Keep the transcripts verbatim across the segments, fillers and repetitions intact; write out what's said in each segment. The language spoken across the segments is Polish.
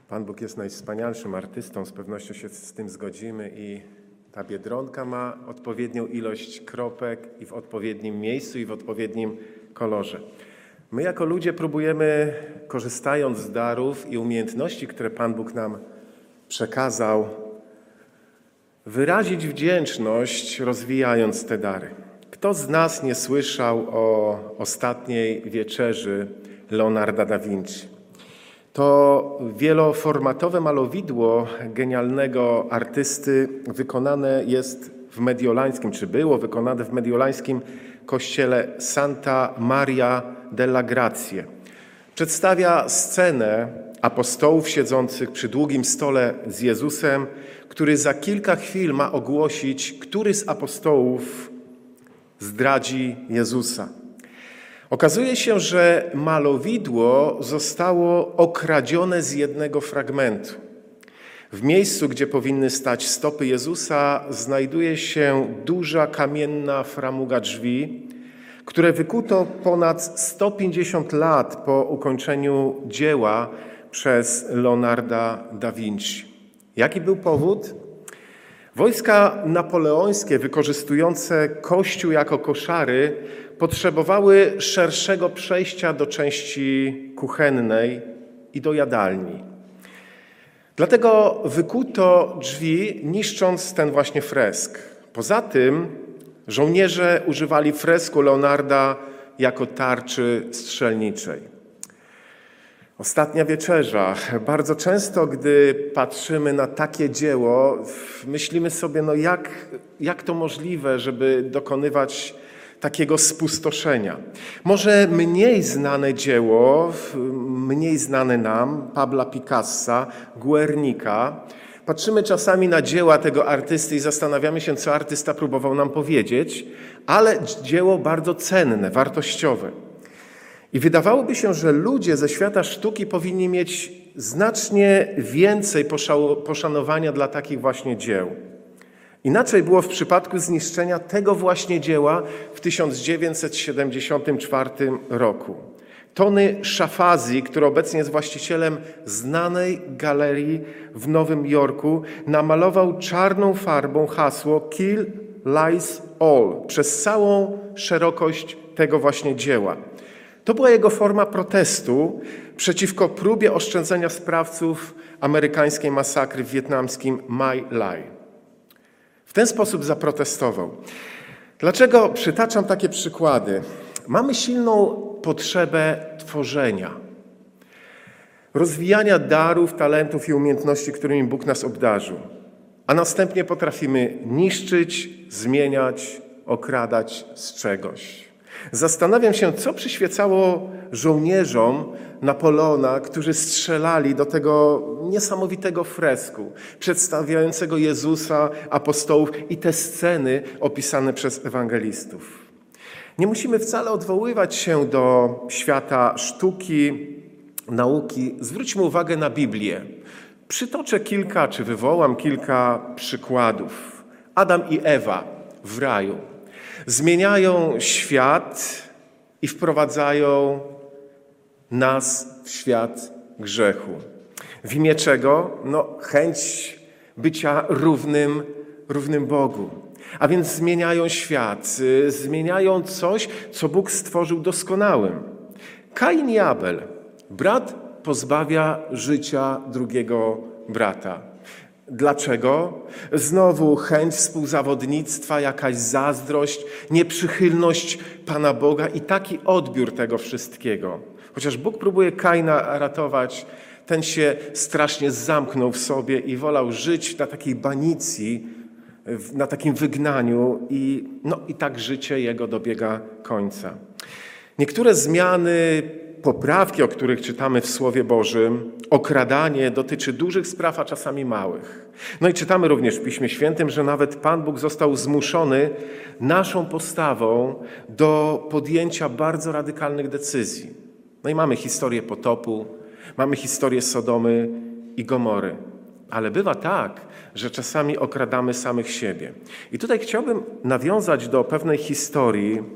Pan Bóg jest najwspanialszym artystą, z pewnością się z tym zgodzimy i ta Biedronka ma odpowiednią ilość kropek i w odpowiednim miejscu i w odpowiednim kolorze. My jako ludzie próbujemy, korzystając z darów i umiejętności, które Pan Bóg nam przekazał, wyrazić wdzięczność, rozwijając te dary. Kto z nas nie słyszał o ostatniej wieczerzy Leonarda da Vinci? To wieloformatowe malowidło genialnego artysty wykonane jest w mediolańskim, czy było wykonane w mediolańskim kościele Santa Maria della Grazie. Przedstawia scenę apostołów siedzących przy długim stole z Jezusem, który za kilka chwil ma ogłosić, który z apostołów zdradzi Jezusa. Okazuje się, że malowidło zostało okradzione z jednego fragmentu. W miejscu, gdzie powinny stać stopy Jezusa, znajduje się duża kamienna framuga drzwi, które wykuto ponad sto pięćdziesiąt lat po ukończeniu dzieła przez Leonarda da Vinci. Jaki był powód? Wojska napoleońskie wykorzystujące Kościół jako koszary potrzebowały szerszego przejścia do części kuchennej i do jadalni. Dlatego wykuto drzwi, niszcząc ten właśnie fresk. Poza tym żołnierze używali fresku Leonarda jako tarczy strzelniczej. Ostatnia wieczerza. Bardzo często, gdy patrzymy na takie dzieło, myślimy sobie, no jak, jak to możliwe, żeby dokonywać takiego spustoszenia. Może mniej znane dzieło, mniej znane nam, Pabla Picassa, Guernica. Patrzymy czasami na dzieła tego artysty i zastanawiamy się, co artysta próbował nam powiedzieć, ale dzieło bardzo cenne, wartościowe. I wydawałoby się, że ludzie ze świata sztuki powinni mieć znacznie więcej poszanowania dla takich właśnie dzieł. Inaczej było w przypadku zniszczenia tego właśnie dzieła w tysiąc dziewięćset siedemdziesiątym czwartym roku. Tony Schaffazzi, który obecnie jest właścicielem znanej galerii w Nowym Jorku, namalował czarną farbą hasło "Kill lies all" przez całą szerokość tego właśnie dzieła. To była jego forma protestu przeciwko próbie oszczędzenia sprawców amerykańskiej masakry w wietnamskim My Lai. W ten sposób zaprotestował. Dlaczego przytaczam takie przykłady? Mamy silną potrzebę tworzenia, rozwijania darów, talentów i umiejętności, którymi Bóg nas obdarzył, a następnie potrafimy niszczyć, zmieniać, okradać z czegoś. Zastanawiam się, co przyświecało żołnierzom Napoleona, którzy strzelali do tego niesamowitego fresku przedstawiającego Jezusa, apostołów i te sceny opisane przez ewangelistów. Nie musimy wcale odwoływać się do świata sztuki, nauki. Zwróćmy uwagę na Biblię. Przytoczę kilka, czy wywołam kilka przykładów. Adam i Ewa w raju zmieniają świat i wprowadzają nas w świat grzechu. W imię czego? No, chęć bycia równym, równym Bogu. A więc zmieniają świat, zmieniają coś, co Bóg stworzył doskonałym. Kain i Abel. Brat pozbawia życia drugiego brata. Dlaczego? Znowu chęć współzawodnictwa, jakaś zazdrość, nieprzychylność Pana Boga i taki odbiór tego wszystkiego. Chociaż Bóg próbuje Kaina ratować, ten się strasznie zamknął w sobie i wolał żyć na takiej banicji, na takim wygnaniu i, no, i tak życie jego dobiega końca. Niektóre zmiany, poprawki, o których czytamy w Słowie Bożym, okradanie dotyczy dużych spraw, a czasami małych. No i czytamy również w Piśmie Świętym, że nawet Pan Bóg został zmuszony naszą postawą do podjęcia bardzo radykalnych decyzji. No i mamy historię potopu, mamy historię Sodomy i Gomory. Ale bywa tak, że czasami okradamy samych siebie. I tutaj chciałbym nawiązać do pewnej historii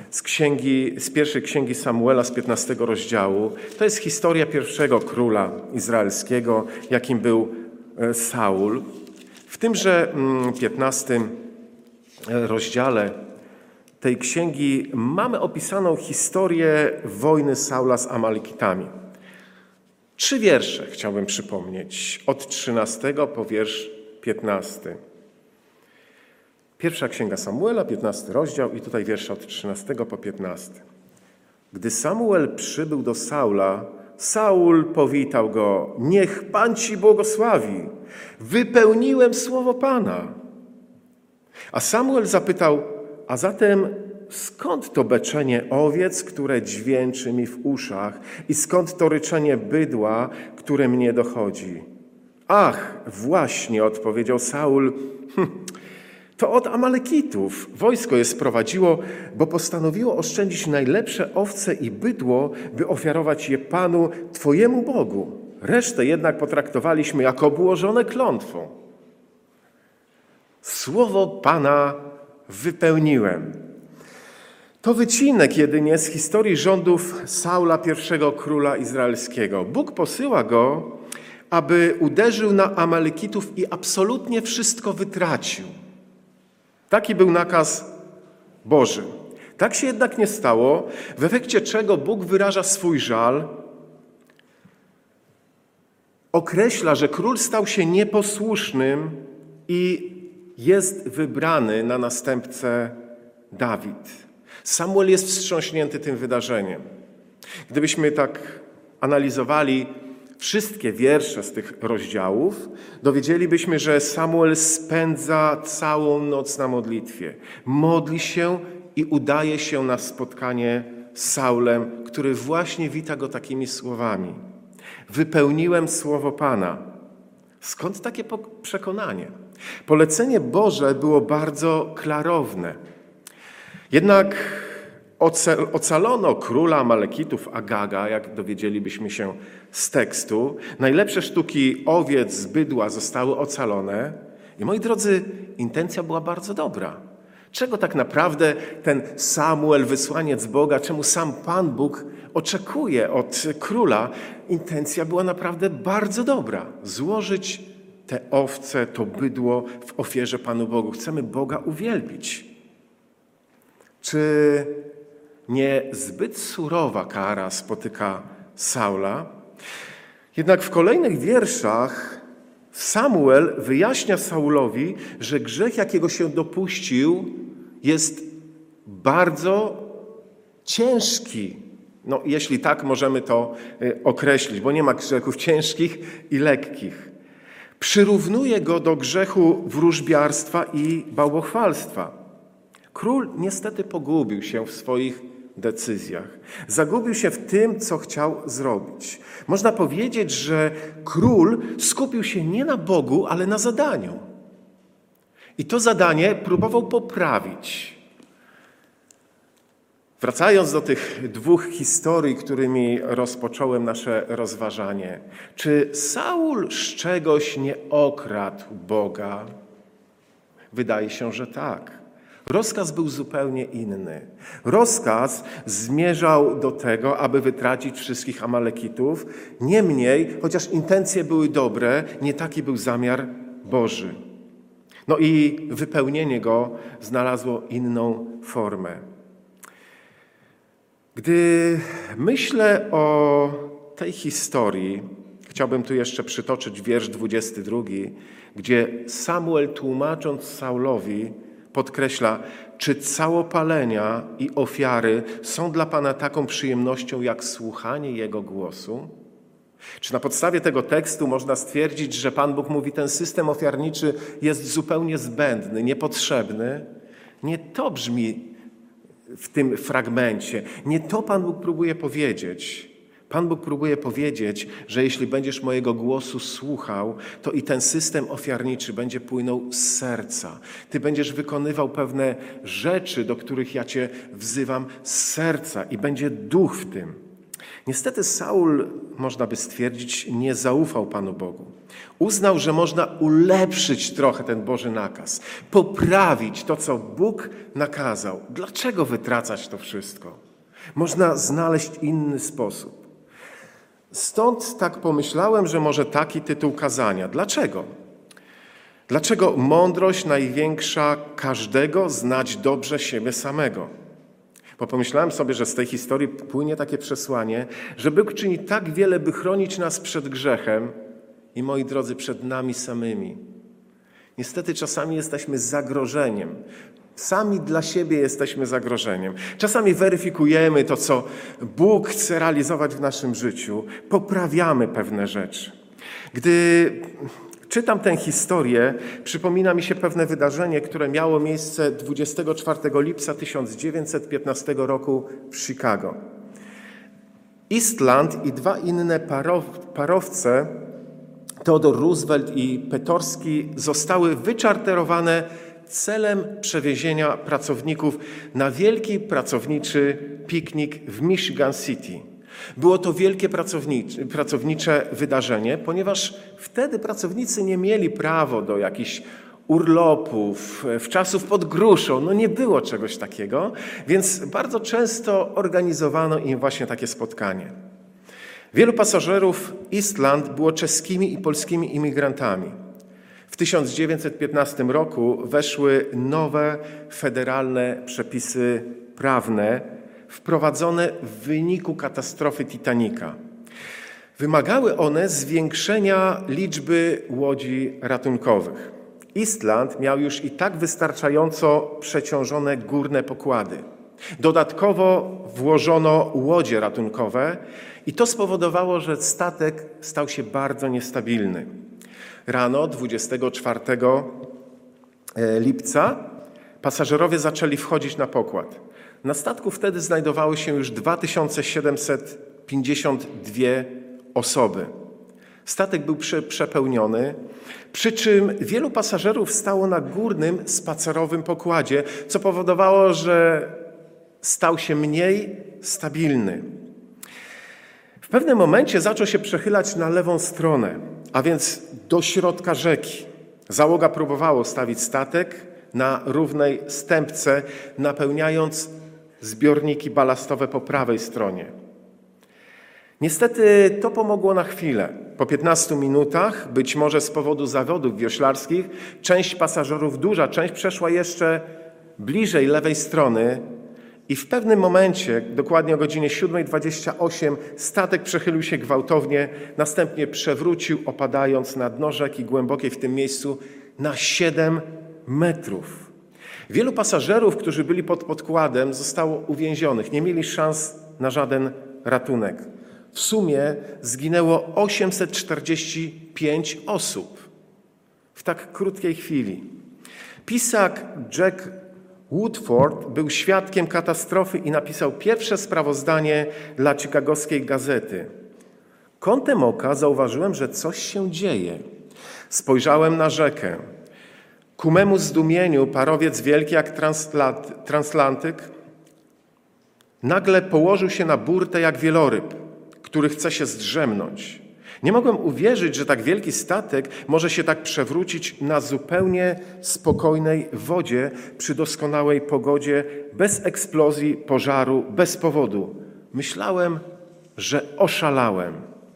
z księgi, z pierwszej księgi Samuela, z piętnastego rozdziału. To jest historia pierwszego króla izraelskiego, jakim był Saul. W tymże piętnastym rozdziale tej księgi mamy opisaną historię wojny Saula z Amalekitami. Trzy wiersze chciałbym przypomnieć, od trzynastego po wiersz piętnasty. Pierwsza księga Samuela, piętnasty rozdział i tutaj wiersze od trzynastego po piętnasty. Gdy Samuel przybył do Saula, Saul powitał go: niech Pan ci błogosławi, wypełniłem słowo Pana. A Samuel zapytał: a zatem skąd to beczenie owiec, które dźwięczy mi w uszach, i skąd to ryczenie bydła, które mnie dochodzi? Ach, właśnie, odpowiedział Saul, hm, to od Amalekitów wojsko je sprowadziło, bo postanowiło oszczędzić najlepsze owce i bydło, by ofiarować je Panu, Twojemu Bogu. Resztę jednak potraktowaliśmy jako obłożone klątwą. Słowo Pana wypełniłem. To wycinek jedynie z historii rządów Saula, pierwszego króla izraelskiego. Bóg posyła go, aby uderzył na Amalekitów i absolutnie wszystko wytracił. Taki był nakaz Boży. Tak się jednak nie stało, w efekcie czego Bóg wyraża swój żal, określa, że król stał się nieposłusznym i jest wybrany na następcę Dawid. Samuel jest wstrząśnięty tym wydarzeniem. Gdybyśmy tak analizowali wszystkie wiersze z tych rozdziałów, dowiedzielibyśmy, że Samuel spędza całą noc na modlitwie. Modli się i udaje się na spotkanie z Saulem, który właśnie wita go takimi słowami. Wypełniłem słowo Pana. Skąd takie przekonanie? Polecenie Boże było bardzo klarowne. Jednak ocalono króla Amalekitów Agaga, jak dowiedzielibyśmy się z tekstu. Najlepsze sztuki owiec z bydła zostały ocalone. I moi drodzy, intencja była bardzo dobra. Czego tak naprawdę ten Samuel, wysłaniec Boga, czemu sam Pan Bóg oczekuje od króla? Intencja była naprawdę bardzo dobra. Złożyć te owce, to bydło w ofierze Panu Bogu. Chcemy Boga uwielbić. Czy nie zbyt surowa kara spotyka Saula? Jednak w kolejnych wierszach Samuel wyjaśnia Saulowi, że grzech, jakiego się dopuścił, jest bardzo ciężki. No, jeśli tak możemy to określić, bo nie ma grzechów ciężkich i lekkich. Przyrównuje go do grzechu wróżbiarstwa i bałwochwalstwa. Król niestety pogubił się w swoich decyzjach. Zagubił się w tym, co chciał zrobić. Można powiedzieć, że król skupił się nie na Bogu, ale na zadaniu. I to zadanie próbował poprawić. Wracając do tych dwóch historii, którymi rozpocząłem nasze rozważanie. Czy Saul z czegoś nie okradł Boga? Wydaje się, że tak. Rozkaz był zupełnie inny. Rozkaz zmierzał do tego, aby wytracić wszystkich Amalekitów. Niemniej, chociaż intencje były dobre, nie taki był zamiar Boży. No i wypełnienie go znalazło inną formę. Gdy myślę o tej historii, chciałbym tu jeszcze przytoczyć wiersz dwudziesty drugi, gdzie Samuel, tłumacząc Saulowi, podkreśla, czy całopalenia i ofiary są dla Pana taką przyjemnością, jak słuchanie Jego głosu? Czy na podstawie tego tekstu można stwierdzić, że Pan Bóg mówi, ten system ofiarniczy jest zupełnie zbędny, niepotrzebny? Nie to brzmi w tym fragmencie. Nie to Pan Bóg próbuje powiedzieć. Pan Bóg próbuje powiedzieć, że jeśli będziesz mojego głosu słuchał, to i ten system ofiarniczy będzie płynął z serca. Ty będziesz wykonywał pewne rzeczy, do których ja Cię wzywam z serca i będzie duch w tym. Niestety Saul, można by stwierdzić, nie zaufał Panu Bogu. Uznał, że można ulepszyć trochę ten Boży nakaz, poprawić to, co Bóg nakazał. Dlaczego wytracać to wszystko? Można znaleźć inny sposób. Stąd tak pomyślałem, że może taki tytuł kazania. Dlaczego? Dlaczego mądrość największa każdego znać dobrze siebie samego? Bo pomyślałem sobie, że z tej historii płynie takie przesłanie, że Bóg czyni tak wiele, by chronić nas przed grzechem i, moi drodzy, przed nami samymi. Niestety czasami jesteśmy zagrożeniem. Sami dla siebie jesteśmy zagrożeniem. Czasami weryfikujemy to, co Bóg chce realizować w naszym życiu. Poprawiamy pewne rzeczy. Gdy czytam tę historię, przypomina mi się pewne wydarzenie, które miało miejsce dwudziestego czwartego lipca tysiąc dziewięćset piętnastego roku w Chicago. Eastland i dwa inne parow, parowce, Theodore Roosevelt i Petorski, zostały wyczarterowane celem przewiezienia pracowników na wielki pracowniczy piknik w Michigan City. Było to wielkie pracownicze wydarzenie, ponieważ wtedy pracownicy nie mieli prawa do jakichś urlopów, wczasów pod gruszą. No nie było czegoś takiego, więc bardzo często organizowano im właśnie takie spotkanie. Wielu pasażerów Eastland było czeskimi i polskimi imigrantami. W tysiąc dziewięćset piętnastym roku weszły nowe federalne przepisy prawne wprowadzone w wyniku katastrofy Titanica. Wymagały one zwiększenia liczby łodzi ratunkowych. Eastland miał już i tak wystarczająco przeciążone górne pokłady. Dodatkowo włożono łodzie ratunkowe i to spowodowało, że statek stał się bardzo niestabilny. Rano dwudziestego czwartego lipca pasażerowie zaczęli wchodzić na pokład. Na statku wtedy znajdowały się już dwa tysiące siedemset pięćdziesiąt dwie osoby. Statek był przepełniony, przy czym wielu pasażerów stało na górnym spacerowym pokładzie, co powodowało, że stał się mniej stabilny. W pewnym momencie zaczął się przechylać na lewą stronę, a więc do środka rzeki. Załoga próbowała stawić statek na równej stępce, napełniając zbiorniki balastowe po prawej stronie. Niestety to pomogło na chwilę. Po piętnastu minutach, być może z powodu zawodów wioślarskich, część pasażerów, duża część, przeszła jeszcze bliżej lewej strony i w pewnym momencie, dokładnie o godzinie siódma dwadzieścia osiem, statek przechylił się gwałtownie, następnie przewrócił, opadając na dno rzeki głębokiej w tym miejscu na siedem metrów. Wielu pasażerów, którzy byli pod podkładem, zostało uwięzionych. Nie mieli szans na żaden ratunek. W sumie zginęło osiemset czterdzieści pięć osób w tak krótkiej chwili. Pisak Jack Woodford był świadkiem katastrofy i napisał pierwsze sprawozdanie dla chicagowskiej gazety. Kątem oka zauważyłem, że coś się dzieje. Spojrzałem na rzekę. Ku memu zdumieniu parowiec wielki jak transatlantyk nagle położył się na burtę jak wieloryb, który chce się zdrzemnąć. Nie mogłem uwierzyć, że tak wielki statek może się tak przewrócić na zupełnie spokojnej wodzie przy doskonałej pogodzie, bez eksplozji, pożaru, bez powodu. Myślałem, że oszalałem.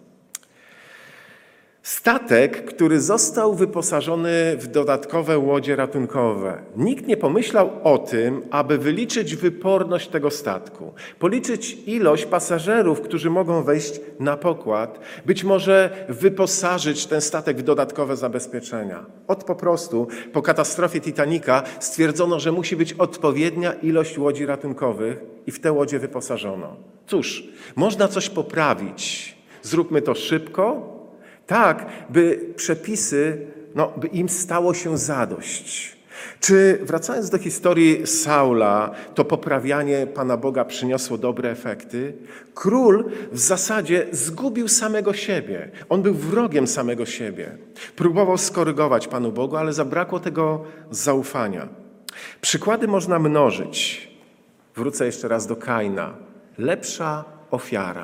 Statek, który został wyposażony w dodatkowe łodzie ratunkowe. Nikt nie pomyślał o tym, aby wyliczyć wyporność tego statku, policzyć ilość pasażerów, którzy mogą wejść na pokład, być może wyposażyć ten statek w dodatkowe zabezpieczenia. Ot po prostu po katastrofie Titanica stwierdzono, że musi być odpowiednia ilość łodzi ratunkowych i w te łodzie wyposażono. Cóż, można coś poprawić. Zróbmy to szybko, tak, by przepisy, no, by im stało się zadość. Czy, wracając do historii Saula, to poprawianie Pana Boga przyniosło dobre efekty? Król w zasadzie zgubił samego siebie. On był wrogiem samego siebie. Próbował skorygować Panu Bogu, ale zabrakło tego zaufania. Przykłady można mnożyć. Wrócę jeszcze raz do Kaina. Lepsza ofiara.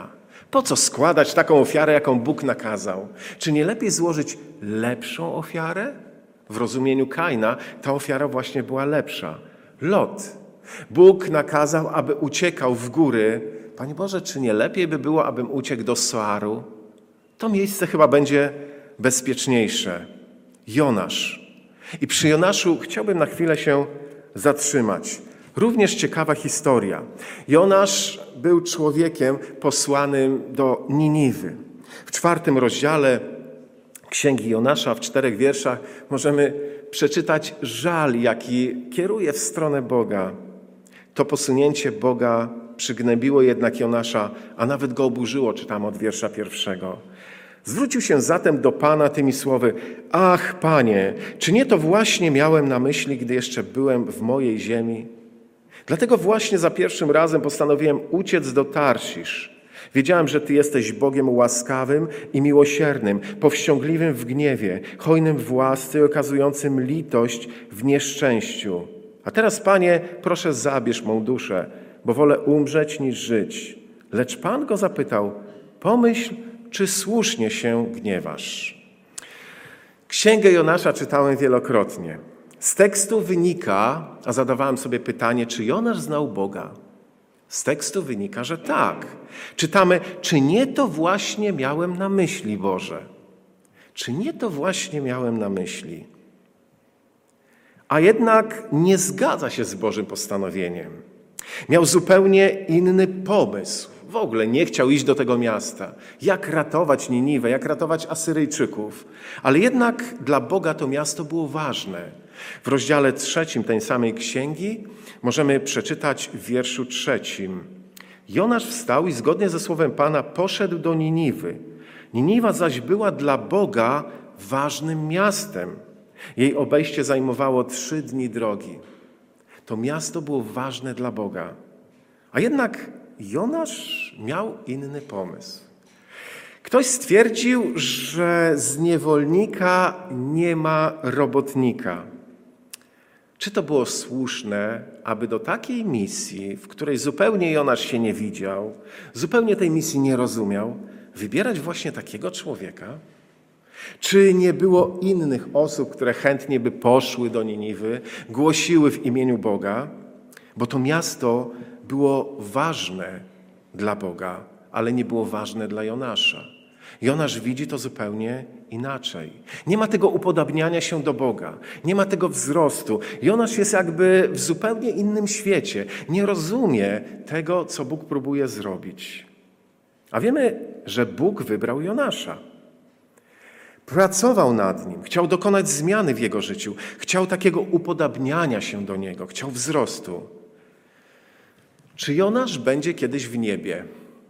Po co składać taką ofiarę, jaką Bóg nakazał? Czy nie lepiej złożyć lepszą ofiarę? W rozumieniu Kaina ta ofiara właśnie była lepsza. Lot. Bóg nakazał, aby uciekał w góry. Panie Boże, czy nie lepiej by było, abym uciekł do Soaru? To miejsce chyba będzie bezpieczniejsze. Jonasz. I przy Jonaszu chciałbym na chwilę się zatrzymać. Również ciekawa historia. Jonasz był człowiekiem posłanym do Niniwy. W czwartym rozdziale Księgi Jonasza, w czterech wierszach, możemy przeczytać żal, jaki kieruje w stronę Boga. To posunięcie Boga przygnębiło jednak Jonasza, a nawet go oburzyło, czytam od wiersza pierwszego. Zwrócił się zatem do Pana tymi słowy: Ach, Panie, czy nie to właśnie miałem na myśli, gdy jeszcze byłem w mojej ziemi? Dlatego właśnie za pierwszym razem postanowiłem uciec do Tarsisz. Wiedziałem, że Ty jesteś Bogiem łaskawym i miłosiernym, powściągliwym w gniewie, hojnym w łasce i okazującym litość w nieszczęściu. A teraz, Panie, proszę zabierz mą duszę, bo wolę umrzeć niż żyć. Lecz Pan go zapytał: pomyśl, czy słusznie się gniewasz? Księgę Jonasza czytałem wielokrotnie. Z tekstu wynika, a zadawałem sobie pytanie, czy Jonasz znał Boga? Z tekstu wynika, że tak. Czytamy, czy nie to właśnie miałem na myśli, Boże? Czy nie to właśnie miałem na myśli? A jednak nie zgadza się z Bożym postanowieniem. Miał zupełnie inny pomysł. W ogóle nie chciał iść do tego miasta. Jak ratować Niniwę, jak ratować Asyryjczyków. Ale jednak dla Boga to miasto było ważne. W rozdziale trzecim tej samej księgi możemy przeczytać w wierszu trzecim. Jonasz wstał i zgodnie ze słowem Pana poszedł do Niniwy. Niniwa zaś była dla Boga ważnym miastem. Jej obejście zajmowało trzy dni drogi. To miasto było ważne dla Boga. A jednak Jonasz miał inny pomysł. Ktoś stwierdził, że z niewolnika nie ma robotnika. Czy to było słuszne, aby do takiej misji, w której zupełnie Jonasz się nie widział, zupełnie tej misji nie rozumiał, wybierać właśnie takiego człowieka? Czy nie było innych osób, które chętnie by poszły do Niniwy, głosiły w imieniu Boga? Bo to miasto było ważne dla Boga, ale nie było ważne dla Jonasza. Jonasz widzi to zupełnie inaczej. Nie ma tego upodabniania się do Boga. Nie ma tego wzrostu. Jonasz jest jakby w zupełnie innym świecie. Nie rozumie tego, co Bóg próbuje zrobić. A wiemy, że Bóg wybrał Jonasza. Pracował nad nim. Chciał dokonać zmiany w jego życiu. Chciał takiego upodabniania się do niego. Chciał wzrostu. Czy Jonasz będzie kiedyś w niebie?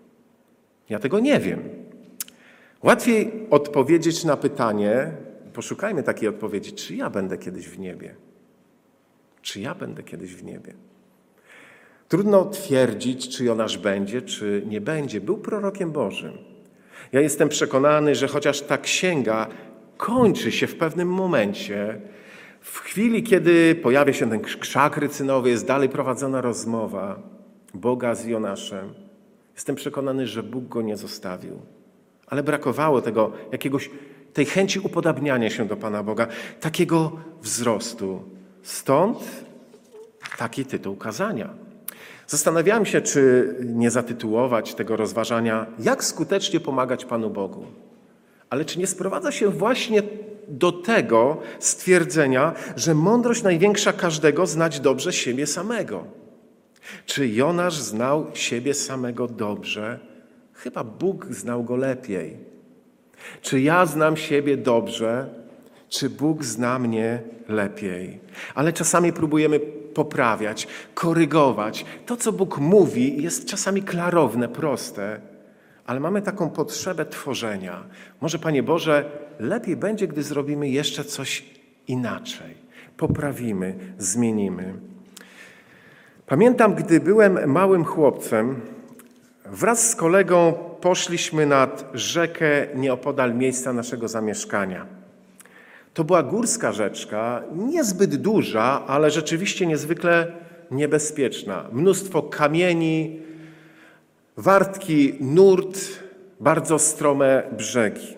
Ja tego nie wiem. Łatwiej odpowiedzieć na pytanie, poszukajmy takiej odpowiedzi, czy ja będę kiedyś w niebie? Czy ja będę kiedyś w niebie? Trudno twierdzić, czy Jonasz będzie, czy nie będzie. Był prorokiem Bożym. Ja jestem przekonany, że chociaż ta księga kończy się w pewnym momencie, w chwili, kiedy pojawia się ten krzak rycynowy, jest dalej prowadzona rozmowa Boga z Jonaszem, jestem przekonany, że Bóg go nie zostawił. Ale brakowało tego jakiegoś, tej chęci upodabniania się do Pana Boga, takiego wzrostu. Stąd taki tytuł kazania. Zastanawiałem się, czy nie zatytułować tego rozważania jak skutecznie pomagać Panu Bogu. Ale czy nie sprowadza się właśnie do tego stwierdzenia, że mądrość największa każdego znać dobrze siebie samego. Czy Jonasz znał siebie samego dobrze? Chyba Bóg znał go lepiej. Czy ja znam siebie dobrze? Czy Bóg zna mnie lepiej? Ale czasami próbujemy poprawiać, korygować. To, co Bóg mówi, jest czasami klarowne, proste, ale mamy taką potrzebę tworzenia. Może, Panie Boże, lepiej będzie, gdy zrobimy jeszcze coś inaczej. Poprawimy, zmienimy. Pamiętam, gdy byłem małym chłopcem, wraz z kolegą poszliśmy nad rzekę nieopodal miejsca naszego zamieszkania. To była górska rzeczka, niezbyt duża, ale rzeczywiście niezwykle niebezpieczna. Mnóstwo kamieni, wartki, nurt, bardzo strome brzegi.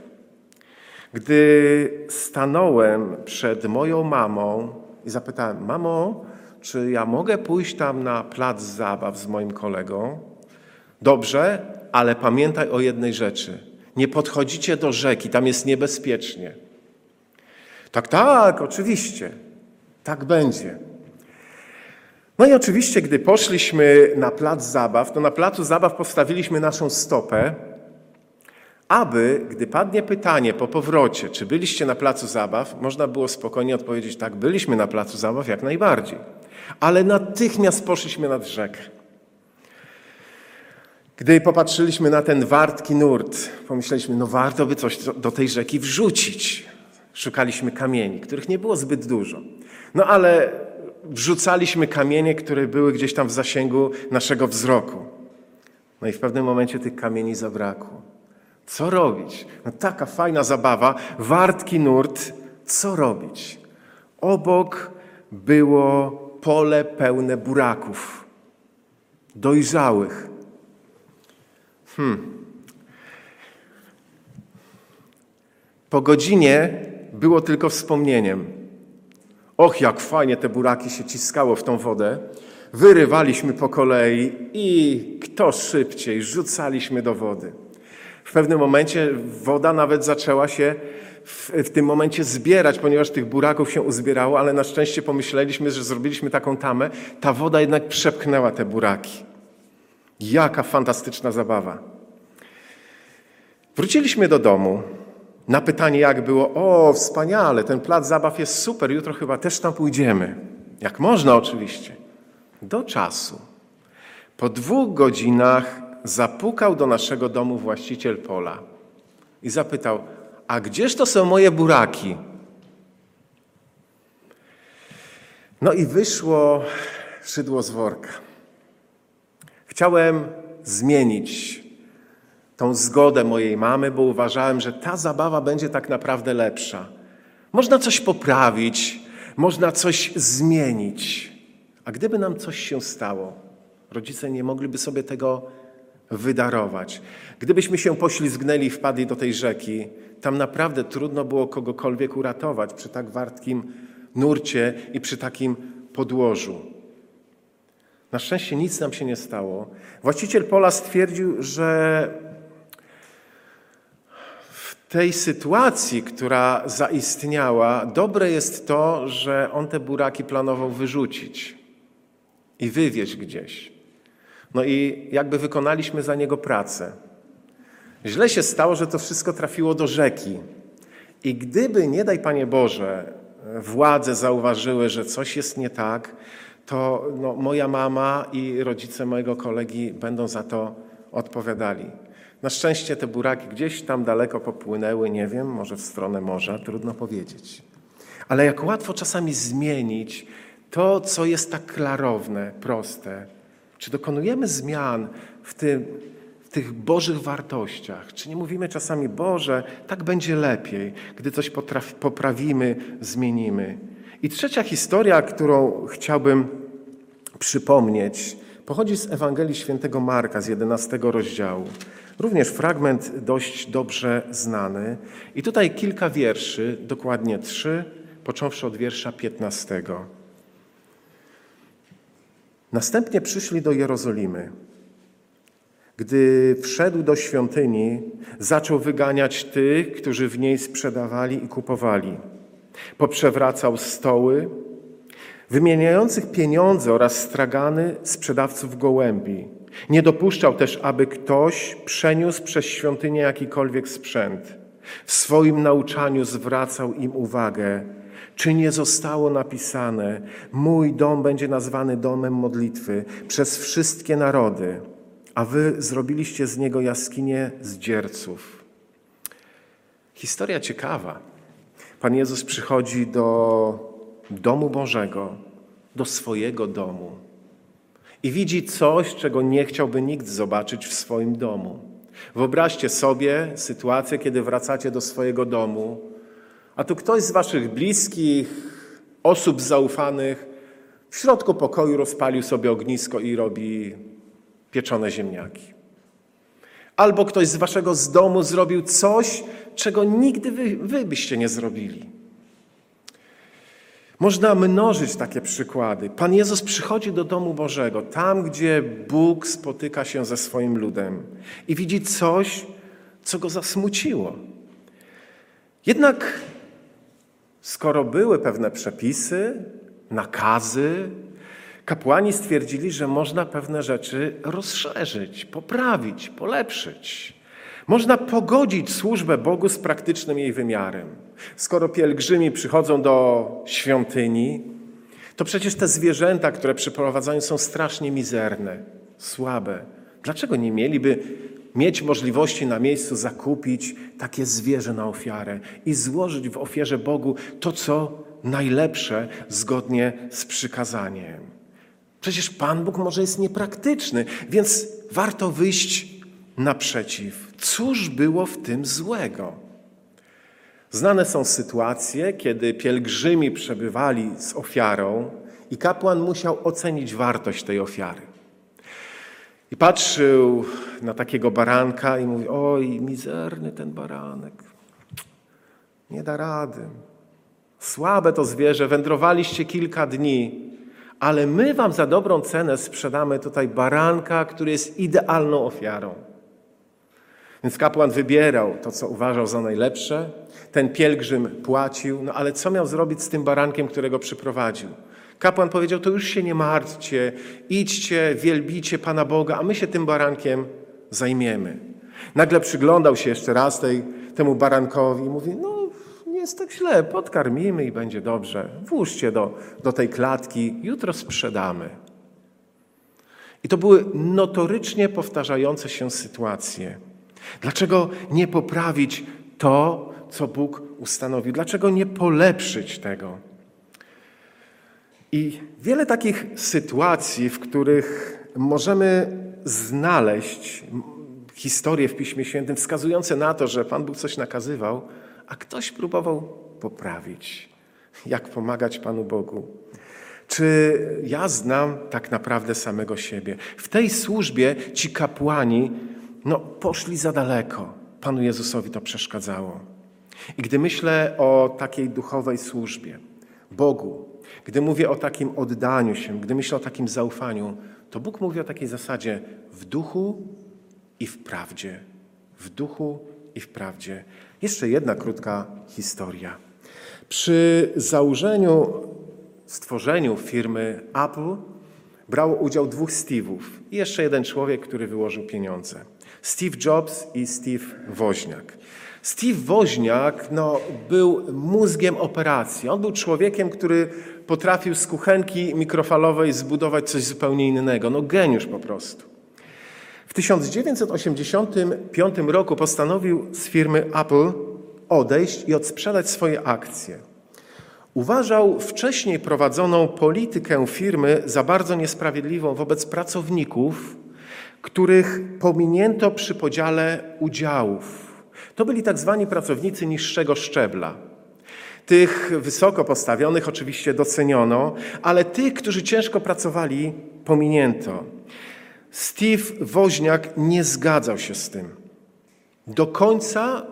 Gdy stanąłem przed moją mamą i zapytałem: mamo, czy ja mogę pójść tam na plac zabaw z moim kolegą? Dobrze, ale pamiętaj o jednej rzeczy. Nie podchodzicie do rzeki, tam jest niebezpiecznie. Tak, tak, oczywiście. Tak będzie. No i oczywiście, gdy poszliśmy na plac zabaw, to na placu zabaw postawiliśmy naszą stopę, aby, gdy padnie pytanie po powrocie, czy byliście na placu zabaw, można było spokojnie odpowiedzieć: tak, byliśmy na placu zabaw, jak najbardziej. Ale natychmiast poszliśmy nad rzekę. Gdy popatrzyliśmy na ten wartki nurt, pomyśleliśmy: no warto by coś do tej rzeki wrzucić. Szukaliśmy kamieni, których nie było zbyt dużo. No ale wrzucaliśmy kamienie, które były gdzieś tam w zasięgu naszego wzroku. No i w pewnym momencie tych kamieni zabrakło. Co robić? No taka fajna zabawa, wartki nurt, co robić? Obok było pole pełne buraków, dojrzałych. Hmm. Po godzinie było tylko wspomnieniem. Och, jak fajnie te buraki się ciskało w tą wodę. Wyrywaliśmy po kolei i kto szybciej rzucaliśmy do wody. W pewnym momencie woda nawet zaczęła się w, w tym momencie zbierać, ponieważ tych buraków się uzbierało, ale na szczęście pomyśleliśmy, że zrobiliśmy taką tamę. Ta woda jednak przepchnęła te buraki. Jaka fantastyczna zabawa. Wróciliśmy do domu. Na pytanie, jak było: o, wspaniale, ten plac zabaw jest super, jutro chyba też tam pójdziemy. Jak można oczywiście. Do czasu. Po dwóch godzinach zapukał do naszego domu właściciel pola i zapytał: a gdzież to są moje buraki? No i wyszło szydło z worka. Chciałem zmienić tą zgodę mojej mamy, bo uważałem, że ta zabawa będzie tak naprawdę lepsza. Można coś poprawić, można coś zmienić. A gdyby nam coś się stało, rodzice nie mogliby sobie tego wydarować. Gdybyśmy się poślizgnęli i wpadli do tej rzeki, tam naprawdę trudno było kogokolwiek uratować przy tak wartkim nurcie i przy takim podłożu. Na szczęście nic nam się nie stało. Właściciel pola stwierdził, że w tej sytuacji, która zaistniała, dobre jest to, że on te buraki planował wyrzucić i wywieźć gdzieś. No i jakby wykonaliśmy za niego pracę. Źle się stało, że to wszystko trafiło do rzeki. I gdyby, nie daj Panie Boże, władze zauważyły, że coś jest nie tak, to no, moja mama i rodzice mojego kolegi będą za to odpowiadali. Na szczęście te buraki gdzieś tam daleko popłynęły, nie wiem, może w stronę morza, trudno powiedzieć. Ale jak łatwo czasami zmienić to, co jest tak klarowne, proste. Czy dokonujemy zmian w, tym, w tych Bożych wartościach? Czy nie mówimy czasami: Boże, tak będzie lepiej, gdy coś potraf, poprawimy, zmienimy? I trzecia historia, którą chciałbym przypomnieć, pochodzi z Ewangelii Świętego Marka z jedenastego rozdziału. Również fragment dość dobrze znany. I tutaj kilka wierszy, dokładnie trzy, począwszy od wiersza piętnastego. Następnie przyszli do Jerozolimy. Gdy wszedł do świątyni, zaczął wyganiać tych, którzy w niej sprzedawali i kupowali. Poprzewracał stoły, wymieniających pieniądze oraz stragany sprzedawców gołębi. Nie dopuszczał też, aby ktoś przeniósł przez świątynię jakikolwiek sprzęt. W swoim nauczaniu zwracał im uwagę: czy nie zostało napisane: mój dom będzie nazwany domem modlitwy przez wszystkie narody, a wy zrobiliście z niego jaskinię zdzierców. Historia ciekawa. Pan Jezus przychodzi do domu Bożego, do swojego domu i widzi coś, czego nie chciałby nikt zobaczyć w swoim domu. Wyobraźcie sobie sytuację, kiedy wracacie do swojego domu, a tu ktoś z waszych bliskich, osób zaufanych w środku pokoju rozpalił sobie ognisko i robi pieczone ziemniaki. Albo ktoś z waszego z domu zrobił coś, czego nigdy wy, wy byście nie zrobili. Można mnożyć takie przykłady. Pan Jezus przychodzi do domu Bożego, tam gdzie Bóg spotyka się ze swoim ludem i widzi coś, co go zasmuciło. Jednak skoro były pewne przepisy, nakazy, kapłani stwierdzili, że można pewne rzeczy rozszerzyć, poprawić, polepszyć. Można pogodzić służbę Bogu z praktycznym jej wymiarem. Skoro pielgrzymi przychodzą do świątyni, to przecież te zwierzęta, które przyprowadzają, są strasznie mizerne, słabe. Dlaczego nie mieliby mieć możliwości na miejscu zakupić takie zwierzę na ofiarę i złożyć w ofierze Bogu to, co najlepsze, zgodnie z przykazaniem? Przecież Pan Bóg może jest niepraktyczny, więc warto wyjść naprzeciw. Cóż było w tym złego? Znane są sytuacje, kiedy pielgrzymi przebywali z ofiarą i kapłan musiał ocenić wartość tej ofiary. I patrzył na takiego baranka i mówi: oj, mizerny ten baranek, nie da rady. Słabe to zwierzę, wędrowaliście kilka dni, ale my wam za dobrą cenę sprzedamy tutaj baranka, który jest idealną ofiarą. Więc kapłan wybierał to, co uważał za najlepsze. Ten pielgrzym płacił, no ale co miał zrobić z tym barankiem, którego przyprowadził? Kapłan powiedział: to już się nie martwcie, idźcie, wielbicie Pana Boga, a my się tym barankiem zajmiemy. Nagle przyglądał się jeszcze raz tej, temu barankowi i mówi: no nie jest tak źle, podkarmimy i będzie dobrze. Włóżcie do, do tej klatki, jutro sprzedamy. I to były notorycznie powtarzające się sytuacje. Dlaczego nie poprawić to, co Bóg ustanowił? Dlaczego nie polepszyć tego? I wiele takich sytuacji, w których możemy znaleźć historie w Piśmie Świętym wskazujące na to, że Pan Bóg coś nakazywał, a ktoś próbował poprawić. Jak pomagać Panu Bogu? Czy ja znam tak naprawdę samego siebie? W tej służbie ci kapłani no, poszli za daleko. Panu Jezusowi to przeszkadzało. I gdy myślę o takiej duchowej służbie Bogu, gdy mówię o takim oddaniu się, gdy myślę o takim zaufaniu, to Bóg mówi o takiej zasadzie: w duchu i w prawdzie. W duchu i w prawdzie. Jeszcze jedna krótka historia. Przy założeniu, stworzeniu firmy Apple brało udział dwóch Steve'ów i jeszcze jeden człowiek, który wyłożył pieniądze. Steve Jobs i Steve Woźniak. Steve Woźniak no, był mózgiem operacji. On był człowiekiem, który potrafił z kuchenki mikrofalowej zbudować coś zupełnie innego. No geniusz po prostu. W tysiąc dziewięćset osiemdziesiątym piątym roku postanowił z firmy Apple odejść i odsprzedać swoje akcje. Uważał wcześniej prowadzoną politykę firmy za bardzo niesprawiedliwą wobec pracowników, których pominięto przy podziale udziałów. To byli tak zwani pracownicy niższego szczebla. Tych wysoko postawionych oczywiście doceniono, ale tych, którzy ciężko pracowali, pominięto. Steve Woźniak nie zgadzał się z tym. Do końca,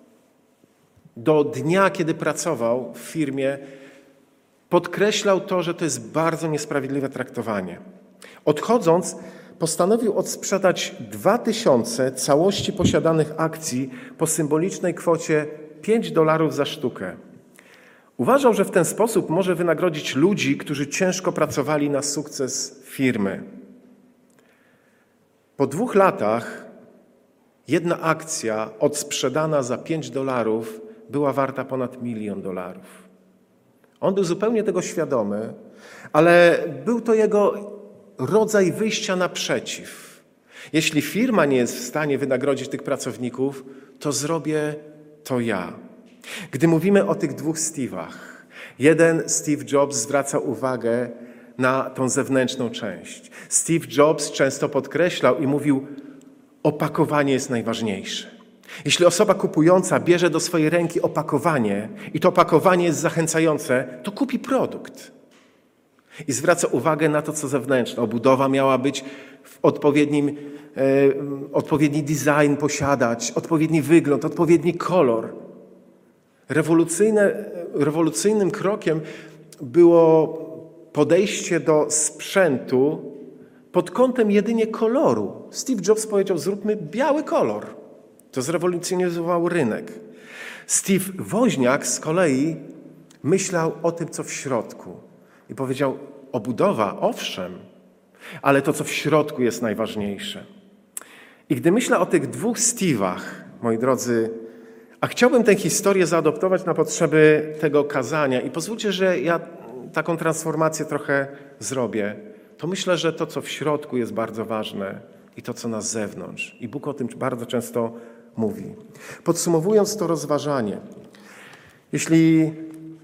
do dnia, kiedy pracował w firmie, podkreślał to, że to jest bardzo niesprawiedliwe traktowanie. Odchodząc, postanowił odsprzedać dwa tysiące całości posiadanych akcji po symbolicznej kwocie pięć dolarów za sztukę. Uważał, że w ten sposób może wynagrodzić ludzi, którzy ciężko pracowali na sukces firmy. Po dwóch latach jedna akcja odsprzedana za pięć dolarów była warta ponad milion dolarów. On był zupełnie tego świadomy, ale był to jego rodzaj wyjścia naprzeciw. Jeśli firma nie jest w stanie wynagrodzić tych pracowników, to zrobię to ja. Gdy mówimy o tych dwóch Steve'ach, jeden Steve Jobs zwraca uwagę na tą zewnętrzną część. Steve Jobs często podkreślał i mówił: opakowanie jest najważniejsze. Jeśli osoba kupująca bierze do swojej ręki opakowanie i to opakowanie jest zachęcające, to kupi produkt. I zwraca uwagę na to, co zewnętrzne. Obudowa miała być w odpowiednim, e, odpowiedni design posiadać, odpowiedni wygląd, odpowiedni kolor. Rewolucyjne, rewolucyjnym krokiem było podejście do sprzętu pod kątem jedynie koloru. Steve Jobs powiedział, zróbmy biały kolor. To zrewolucjonizował rynek. Steve Woźniak z kolei myślał o tym, co w środku. I powiedział, obudowa, owszem, ale to, co w środku jest najważniejsze. I gdy myślę o tych dwóch Steve'ach, moi drodzy, a chciałbym tę historię zaadoptować na potrzeby tego kazania i pozwólcie, że ja taką transformację trochę zrobię, to myślę, że to, co w środku jest bardzo ważne i to, co na zewnątrz. I Bóg o tym bardzo często mówi. Podsumowując to rozważanie, jeśli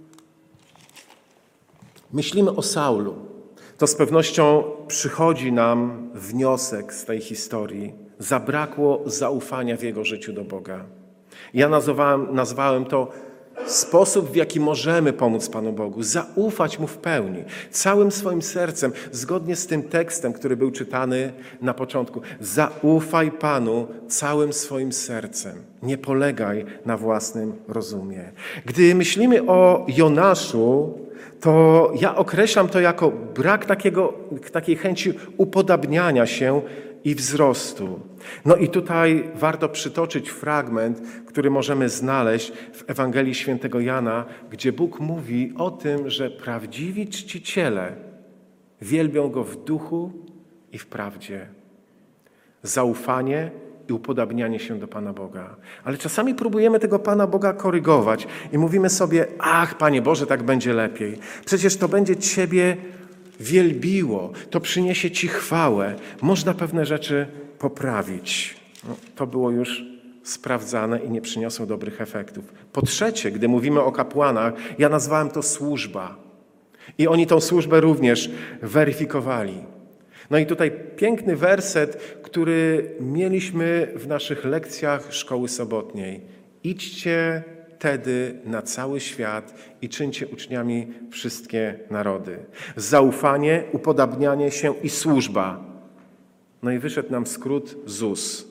myślimy o Saulu, to z pewnością przychodzi nam wniosek z tej historii. Zabrakło zaufania w jego życiu do Boga. Ja nazwałem, nazwałem to sposób, w jaki możemy pomóc Panu Bogu. Zaufać Mu w pełni, całym swoim sercem, zgodnie z tym tekstem, który był czytany na początku. Zaufaj Panu całym swoim sercem. Nie polegaj na własnym rozumie. Gdy myślimy o Jonaszu, to ja określam to jako brak takiego, takiej chęci upodabniania się i wzrostu. No i tutaj warto przytoczyć fragment, który możemy znaleźć w Ewangelii Świętego Jana, gdzie Bóg mówi o tym, że prawdziwi czciciele wielbią Go w duchu i w prawdzie. Zaufanie i upodabnianie się do Pana Boga. Ale czasami próbujemy tego Pana Boga korygować i mówimy sobie, ach, Panie Boże, tak będzie lepiej. Przecież to będzie Ciebie wielbiło, to przyniesie Ci chwałę. Można pewne rzeczy poprawić. No, to było już sprawdzane i nie przyniosło dobrych efektów. Po trzecie, gdy mówimy o kapłanach, ja nazwałem to służba. I oni tą służbę również weryfikowali. No i tutaj piękny werset, który mieliśmy w naszych lekcjach szkoły sobotniej. Idźcie tedy na cały świat i czyńcie uczniami wszystkie narody. Zaufanie, upodabnianie się i służba. No i wyszedł nam skrót Z U S.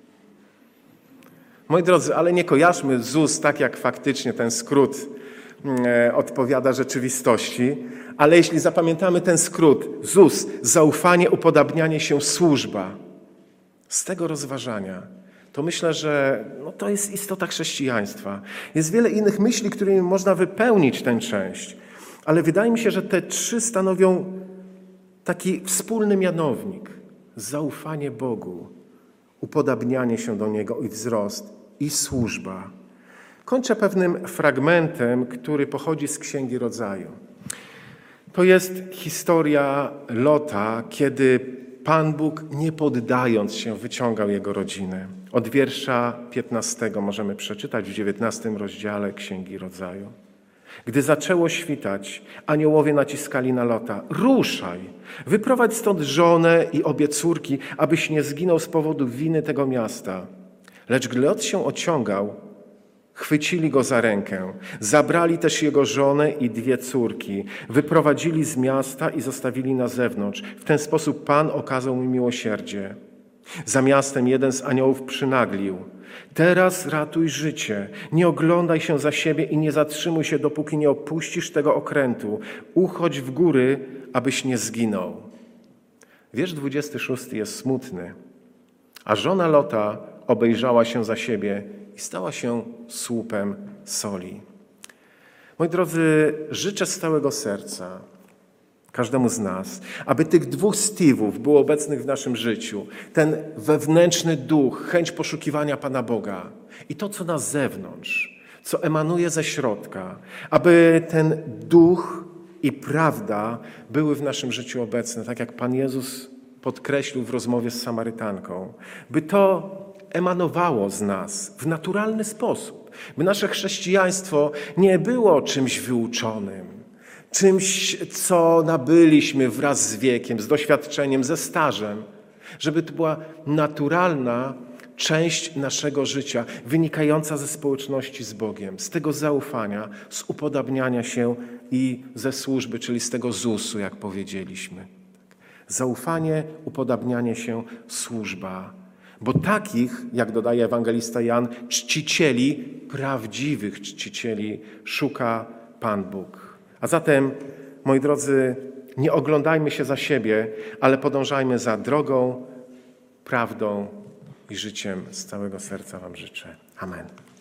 Moi drodzy, ale nie kojarzmy Z U S tak, jak faktycznie ten skrót e, odpowiada rzeczywistości, ale jeśli zapamiętamy ten skrót Z U S, zaufanie, upodabnianie się, służba, z tego rozważania, to myślę, że no to jest istota chrześcijaństwa. Jest wiele innych myśli, którymi można wypełnić tę część, ale wydaje mi się, że te trzy stanowią taki wspólny mianownik. Zaufanie Bogu, upodabnianie się do Niego i wzrost i służba. Kończę pewnym fragmentem, który pochodzi z Księgi Rodzaju. To jest historia Lota, kiedy Pan Bóg, nie poddając się, wyciągał jego rodzinę. Od wiersza piętnastego możemy przeczytać w dziewiętnastym rozdziale Księgi Rodzaju. Gdy zaczęło świtać, aniołowie naciskali na Lota. Ruszaj, wyprowadź stąd żonę i obie córki, abyś nie zginął z powodu winy tego miasta. Lecz gdy Lot się ociągał, chwycili go za rękę. Zabrali też jego żonę i dwie córki. Wyprowadzili z miasta i zostawili na zewnątrz. W ten sposób Pan okazał mi miłosierdzie. Za miastem jeden z aniołów przynaglił. Teraz ratuj życie. Nie oglądaj się za siebie i nie zatrzymuj się, dopóki nie opuścisz tego okrętu. Uchodź w góry, abyś nie zginął. Wiersz dwudziesty szósty jest smutny. A żona Lota obejrzała się za siebie i stała się słupem soli. Moi drodzy, życzę z całego serca każdemu z nas, aby tych dwóch Steve'ów było obecnych w naszym życiu. Ten wewnętrzny duch, chęć poszukiwania Pana Boga i to, co na zewnątrz, co emanuje ze środka, aby ten duch i prawda były w naszym życiu obecne, tak jak Pan Jezus podkreślił w rozmowie z Samarytanką. By to emanowało z nas w naturalny sposób. By nasze chrześcijaństwo nie było czymś wyuczonym, czymś, co nabyliśmy wraz z wiekiem, z doświadczeniem, ze stażem. Żeby to była naturalna część naszego życia, wynikająca ze społeczności z Bogiem, z tego zaufania, z upodabniania się i ze służby, czyli z tego Z U S-u, jak powiedzieliśmy. Zaufanie, upodabnianie się, służba. Bo takich, jak dodaje ewangelista Jan, czcicieli, prawdziwych czcicieli szuka Pan Bóg. A zatem, moi drodzy, nie oglądajmy się za siebie, ale podążajmy za drogą, prawdą i życiem. Z całego serca wam życzę. Amen.